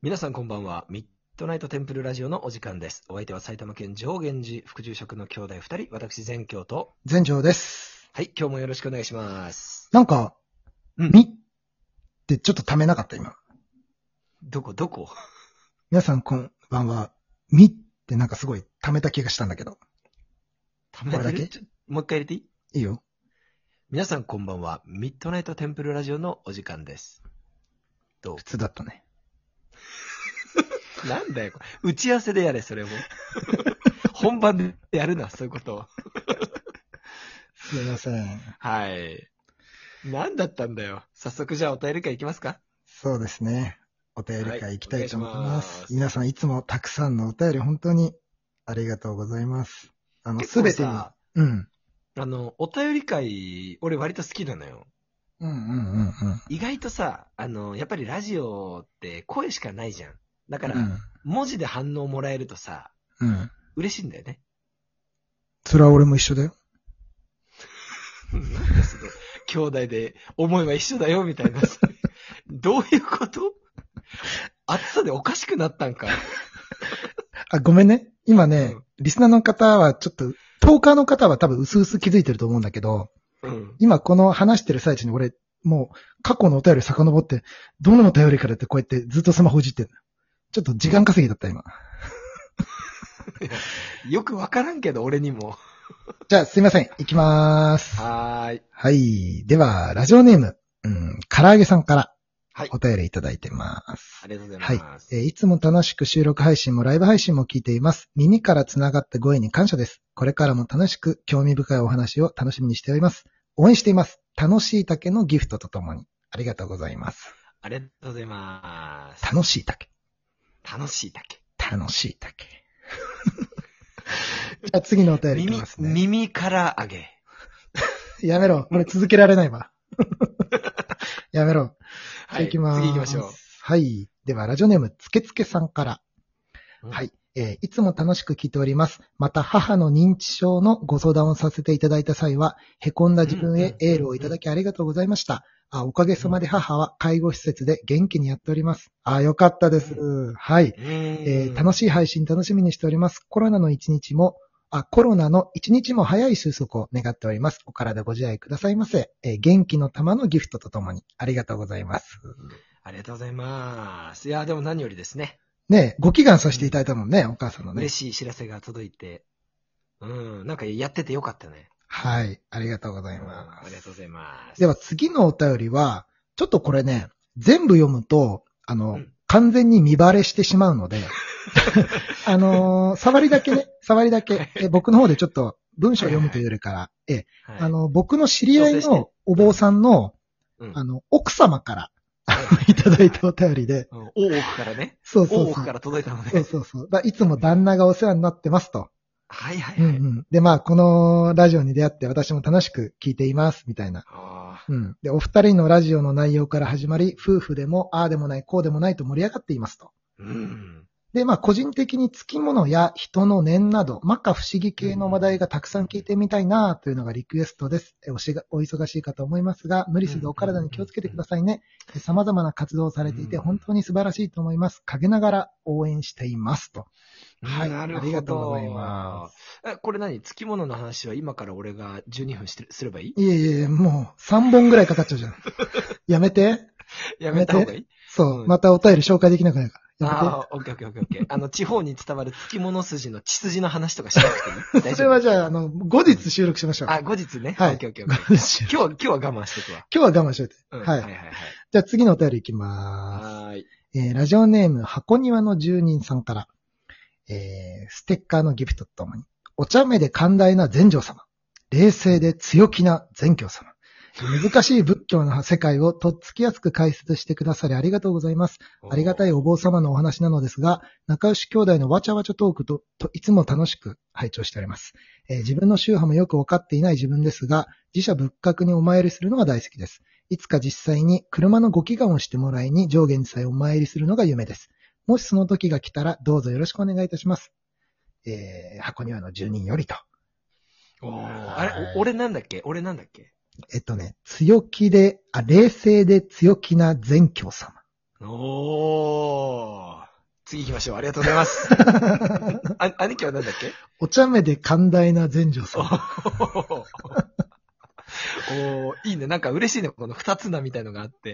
皆さんこんばんは。ミッドナイトテンプルラジオのお時間です。お相手は埼玉県上源寺副住職の兄弟二人、私全教と。 全長です。 はい、今日もよろしくお願いします。 なんか、みってちょっとためなかった今。 どこ皆さんこんばんは。みってなんかすごいためた気がしたんだけど。 ためてる？ これだけもう一回入れていい？ いいよ。 皆さんこんばんは。ミッドナイトテンプルラジオのお時間です。どう？ 普通だったね。 なんだよ、これ打ち合わせでやれ、それも。本番でやるな、そういうことを。 すいません。 はい。何だったんだよ。早速じゃあお便り会いきますか？ そうですね。お便り会行きたいと思いお願まいしますす。皆さんいつもたくさんのお便り本当にありがとうございます。 結すべてに。 構さ、 うん。 お便り会、俺割と好きなのよ。 うん。 意外とさ、やっぱりラジオって声しかないじゃん。だから、 うん。 文字で反応もらえるとさ、 うん。 嬉しいんだよね。 それは俺も一緒だよ。 なんでその、兄弟で思いは一緒だよ、みたいな。どういうこと？暑さでおかしくなったんか。 ごめんね。今ね、 うんリスナーの方はちょっと、トーカーの方は多分薄々気づいてると思うんだけど、 うん。 今この話してる最中に俺、もう過去のお便り遡って、どのお便りからってこうやってずっとスマホいじってんの。ちょっと時間稼ぎだった今。 よくわからんけど、俺にも。 じゃあすいません。いきまーす。 はーい。 はい。では、ラジオネーム、唐揚げさんからはい。 お便りいただいてます。 ありがとうござはいいま。す。 いつも楽しく収録配信もライブ配信も聞いています。耳からつながったご縁に感謝です。これからも楽しく興味深いお話を楽しみにしております。応援しています。楽しい竹のギフトとともに。ありがとうございます。 ありがとうございます。 楽しい竹。 楽しいだけ。 楽しい竹。じゃあ次のお便りいきますね。 耳から揚げ。 やめろ。俺続けられないわ。やめろ。じゃあ行きまーす。 次行きましょう。 はい。では、ラジオネーム、つけつけさんから。は。い。いつも楽しく聞いております。また、母の認知症のご相談をさせていただいた際は、凹んだ自分へエールをいただきありがとうございました。おかげさまで母は介護施設で元気にやっております。よかったです。はい。楽しい配信楽しみにしております。コロナの一日も早い収束を願っております。お体ご自愛くださいませ。元気の玉のギフトとともにありがとうございます。 ありがとうございます。いや、でも何よりですね。 ねご祈願させていただいたもんね、お母さんのね。 嬉しい知らせが届いて。なんかやっててよかったね。 はい。ありがとうございます。 ありがとうございます。 では次のお便りは、ちょっとこれね、全部読むと、完全に見バレしてしまうので、触りだけ、僕の方でちょっと文章を読むというよりから、僕の知り合いのお坊さんの、奥様からいただいたお便りで、 大奥からね。 そう。 大奥から届いたのね。 そう。いつも旦那がお世話になってますと。 はい。 で、このラジオに出会って私も楽しく聞いています、みたいな。で、お二人のラジオの内容から始まり、夫婦でも、ああでもない、こうでもないと盛り上がっていますと。で、個人的につきものや人の念など、摩訶不思議系の話題がたくさん聞いてみたいなというのがリクエストです。お忙しいかと思いますが、無理せずお体に気をつけてくださいね。様々な活動をされていて本当に素晴らしいと思います。陰ながら応援していますと。はい。 なるほど。 ありがとうございます。 これ何？つきものの話は今から俺が12分すればいい？ いえ、もう3本ぐらいかかっちゃうじゃん。やめて。 やめた方がいい？ そう。またお便り紹介できなくなるから。 オッケー。地方に伝わるつきもの筋の血筋の話とかしなくていい？大丈夫？ それはじゃあ、後日収録しましょう。 後日ね。 はい。 オッケー。今日は我慢してくわ。 今日は我慢しといて。 はい。 じゃあ次のお便りいきまーす。 はい。 ラジオネーム、箱庭の住人さんから、ステッカーのギフトとともに、お茶目で寛大な禅浄様。冷静で強気な禅教様。難しい仏教の世界をとっつきやすく解説してくださりありがとうございます。ありがたいお坊様のお話なのですが、仲良し兄弟のわちゃわちゃトークといつも楽しく拝聴しております。自分の宗派もよくわかっていない自分ですが、自社仏閣にお参りするのが大好きです。いつか実際に車のご祈願をしてもらいに上下にさえお参りするのが夢です。もしその時が来たらどうぞよろしくお願いいたします。箱庭の住人よりと。 あれ、俺なんだっけ？ 冷静で強気な禅教様。 おー。次行きましょう。ありがとうございます。兄貴は何だっけ？ お茶目で寛大な善女さん。 おー、いいね。なんか嬉しいね。この二つ名みたいのがあって。 うん。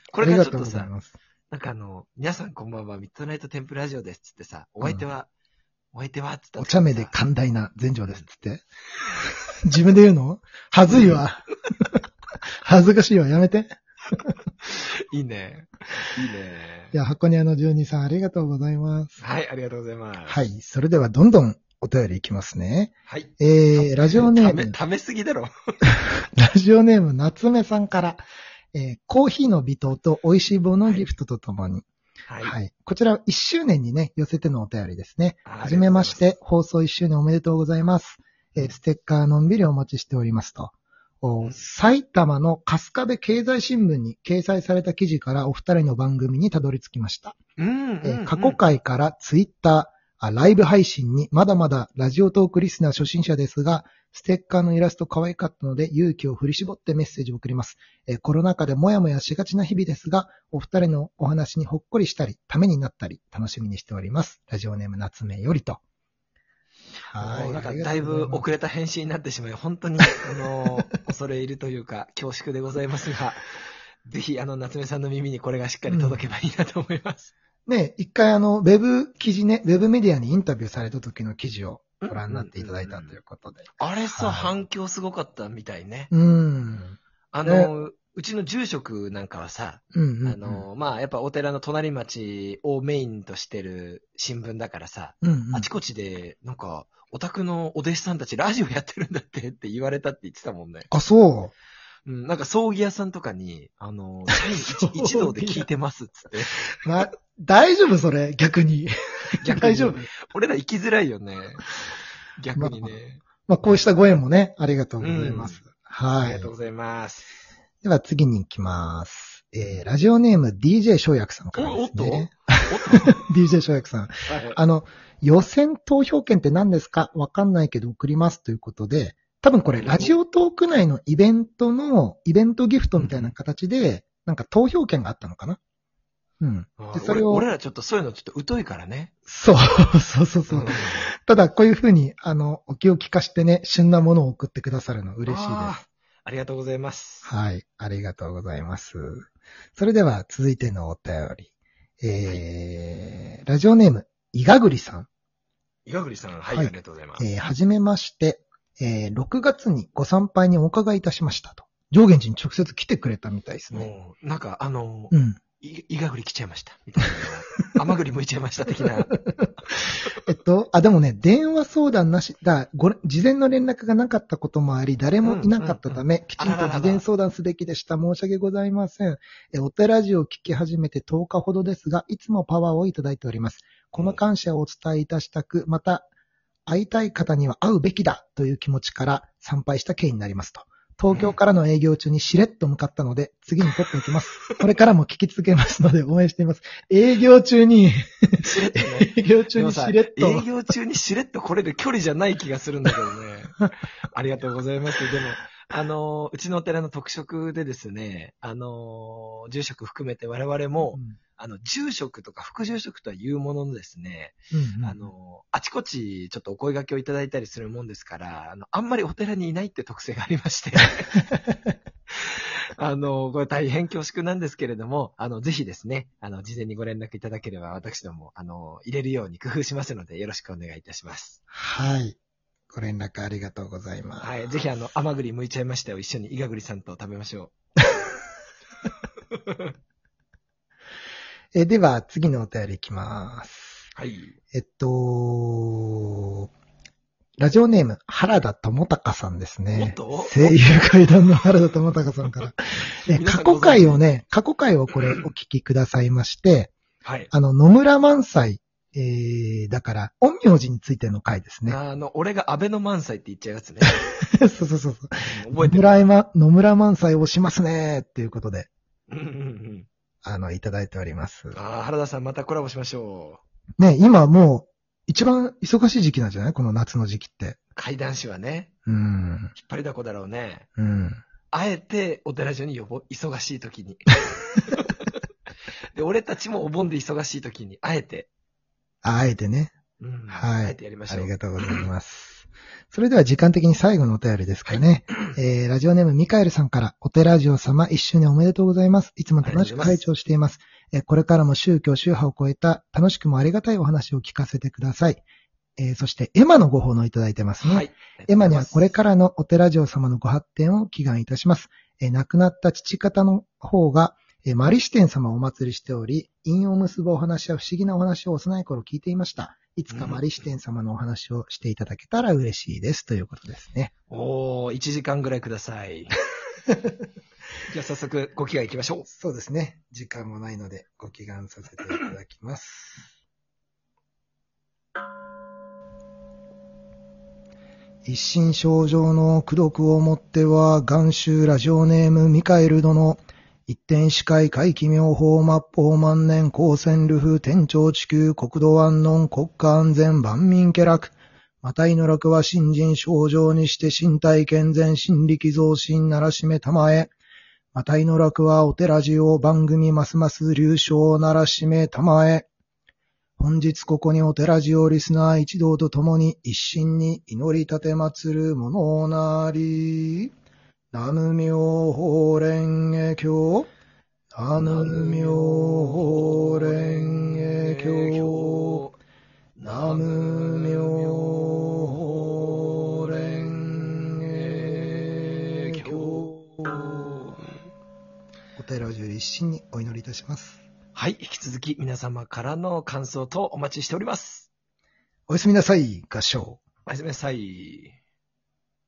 これからちょっとありがとうございさ、 ます。 なんか皆さんこんばんは、ミッドナイトテンプラジオですっつってさ、お相手はっつった時にさお茶目で寛大な善女ですっつって。自分で言うのはずいわ。恥ずかしいわ。やめて。 いいね。いいね。 いや、箱庭の住人さんありがとうございます。 はい、ありがとうございます。 はい。それではどんどんお便りいきますね。 はい。 ラジオネーム、 ためすぎだろ。 ラジオネーム夏目さんから、コーヒーの微糖と美味しい棒のギフトとともに、 ははい。こちら1周年にね、寄せてのお便りですね。 ははじめまし。て、放送1周年おめでとうございます。ステッカーのんびりお待ちしておりますと。埼玉の春日部経済新聞に掲載された記事からお二人の番組にたどり着きました。過去回からツイッター、ライブ配信にまだまだラジオトークリスナー初心者ですが、ステッカーのイラスト可愛かったので勇気を振り絞ってメッセージを送ります。コロナ禍でもやもやしがちな日々ですが、お二人のお話にほっこりしたり、ためになったり、楽しみにしております。ラジオネーム夏目よりと。 もうなんかだいぶ遅れた返信になってしまい、本当に、恐れ入るというか、恐縮でございますが、ぜひ、夏目さんの耳にこれがしっかり届けばいいなと思います。 ね、一回ウェブ記事ね、ウェブメディアにインタビューされた時の記事をご覧になっていただいたということで。 あれさ、 はい反響すごかったみたいね。 ねうちの住職なんかはさ、まあ、やっぱお寺の隣町をメインとしてる新聞だからさ、あちこちで、なんか、お宅のお弟子さんたちラジオやってるんだって言われたって言ってたもんね。 あ、そう。 なんか葬儀屋さんとかに、社員一同で聞いてますっつって。 大丈夫それ逆に。大丈夫俺ら生きづらいよね。逆にね。 まあ、こうしたご縁もね、ありがとうございます。はい。 ありがとうございます。 では次に行きます。ラジオネーム DJ 翔薬さんからですね。DJ 翔薬さん。はい、予選投票券って何ですかわかんないけど送りますということで、多分これラジオトーク内のイベントギフトみたいな形で、なんか投票券があったのかな。うん。 でそれを俺らちょっとそういうのちょっと疎いからね。 そう。ただこういうふうに、お気を利かしてね、旬なものを送ってくださるの嬉しいです。 ありがとうございます。 はい。ありがとうございます。それでは続いてのお便り。ラジオネーム、いがぐりさん。 いがぐりさん、はい、ありがとうございます。 はじめまして、6月にご参拝にお伺いいたしましたと。上元寺に直接来てくれたみたいですね。 なんかいがぐり来ちゃいました。みたいな。甘栗剥いちゃいました的な。 でもね、電話相談なし、事前の連絡がなかったこともあり、誰もいなかったため、きちんと事前相談すべきでした。申し訳ございません。お手ラジオを聞き始めて10日ほどですが、いつもパワーをいただいております。この感謝をお伝えいたしたく、また、会いたい方には会うべきだという気持ちから参拝した経緯になりますと。東京からの営業中にしれっと向かったので、次に取っておきます。これからも聞き続けますので応援しています。営業中にしれっと。 営業中にしれっと来れる距離じゃない気がするんだけどね。ありがとうございます。でも、うちのお寺の特色でですね、住職含めて我々も、住職とか副住職とは言うもののですね、あちこちちょっとお声掛けをいただいたりするもんですから、あんまりお寺にいないって特性がありまして、これ大変恐縮なんですけれども、ぜひですね、事前にご連絡いただければ私ども、入れるように工夫しますので、よろしくお願いいたします。 はい。ご連絡ありがとうございます。 はい。ぜひ甘栗剥いちゃいましたよ。一緒にいがぐりさんと食べましょう。では、次のお便りいきます。 はい。 ラジオネーム、原田智隆さんですね。 声優怪談の原田智隆さんから。過去回をこれお聞きくださいまして、 はい。 野村萬斎、だから、陰陽師についての回ですね。 俺が安倍の萬斎って言っちゃうやつね。 そう。 覚えてる。 野村萬斎をしますねっていうことで。いただいております。 原田さんまたコラボしましょう。ね、今もう、一番忙しい時期なんじゃないこの夏の時期って。 怪談師はね。 引っ張りだこだろうね。あえて、お寺所に忙しい時に。 で、俺たちもお盆で忙しい時に、あえて。 あえてね。 はい。あえてやりましょう。 ありがとうございます。それでは時間的に最後のお便りですかね。ラジオネームミカエルさんから、お寺ジオ様1周年おめでとうございます。いつも楽しく拝聴しています。これからも宗教、宗派を超えた楽しくもありがたいお話を聞かせてください。そして、エマのご奉納いただいてますね。はい。エマにはこれからのお寺ジオ様のご発展を祈願いたします。亡くなった父方の方が、マリシテン様をお祭りしており、因を結ぶお話や不思議なお話を幼い頃聞いていました。いつかマリシテン様のお話をしていただけたら嬉しいです。ということですね。 1時間ぐらいください。じゃあ早速ご祈願いきましょう。 そうですね。時間もないのでご祈願させていただきます。一心症状の功徳をもっては、元宗ラジオネームミカエル殿、一点司会会期妙法末法万年光線ルフ天長地球国土安穏国家安全万民家楽。またいの楽は新人症状にして身体健全心力増進ならしめたまえ。またいの楽はお寺ジオ番組ますます流暢ならしめたまえ。本日ここにお寺ジオリスナー一同と共に一心に祈り立て祭るものなり。ナム妙法蓮華経。ナム妙法蓮華経。ナム妙法蓮華経。お寺中一心にお祈りいたします。 はい。引き続き皆様からの感想とお待ちしております。 おやすみなさい、合唱。 おやすみなさい。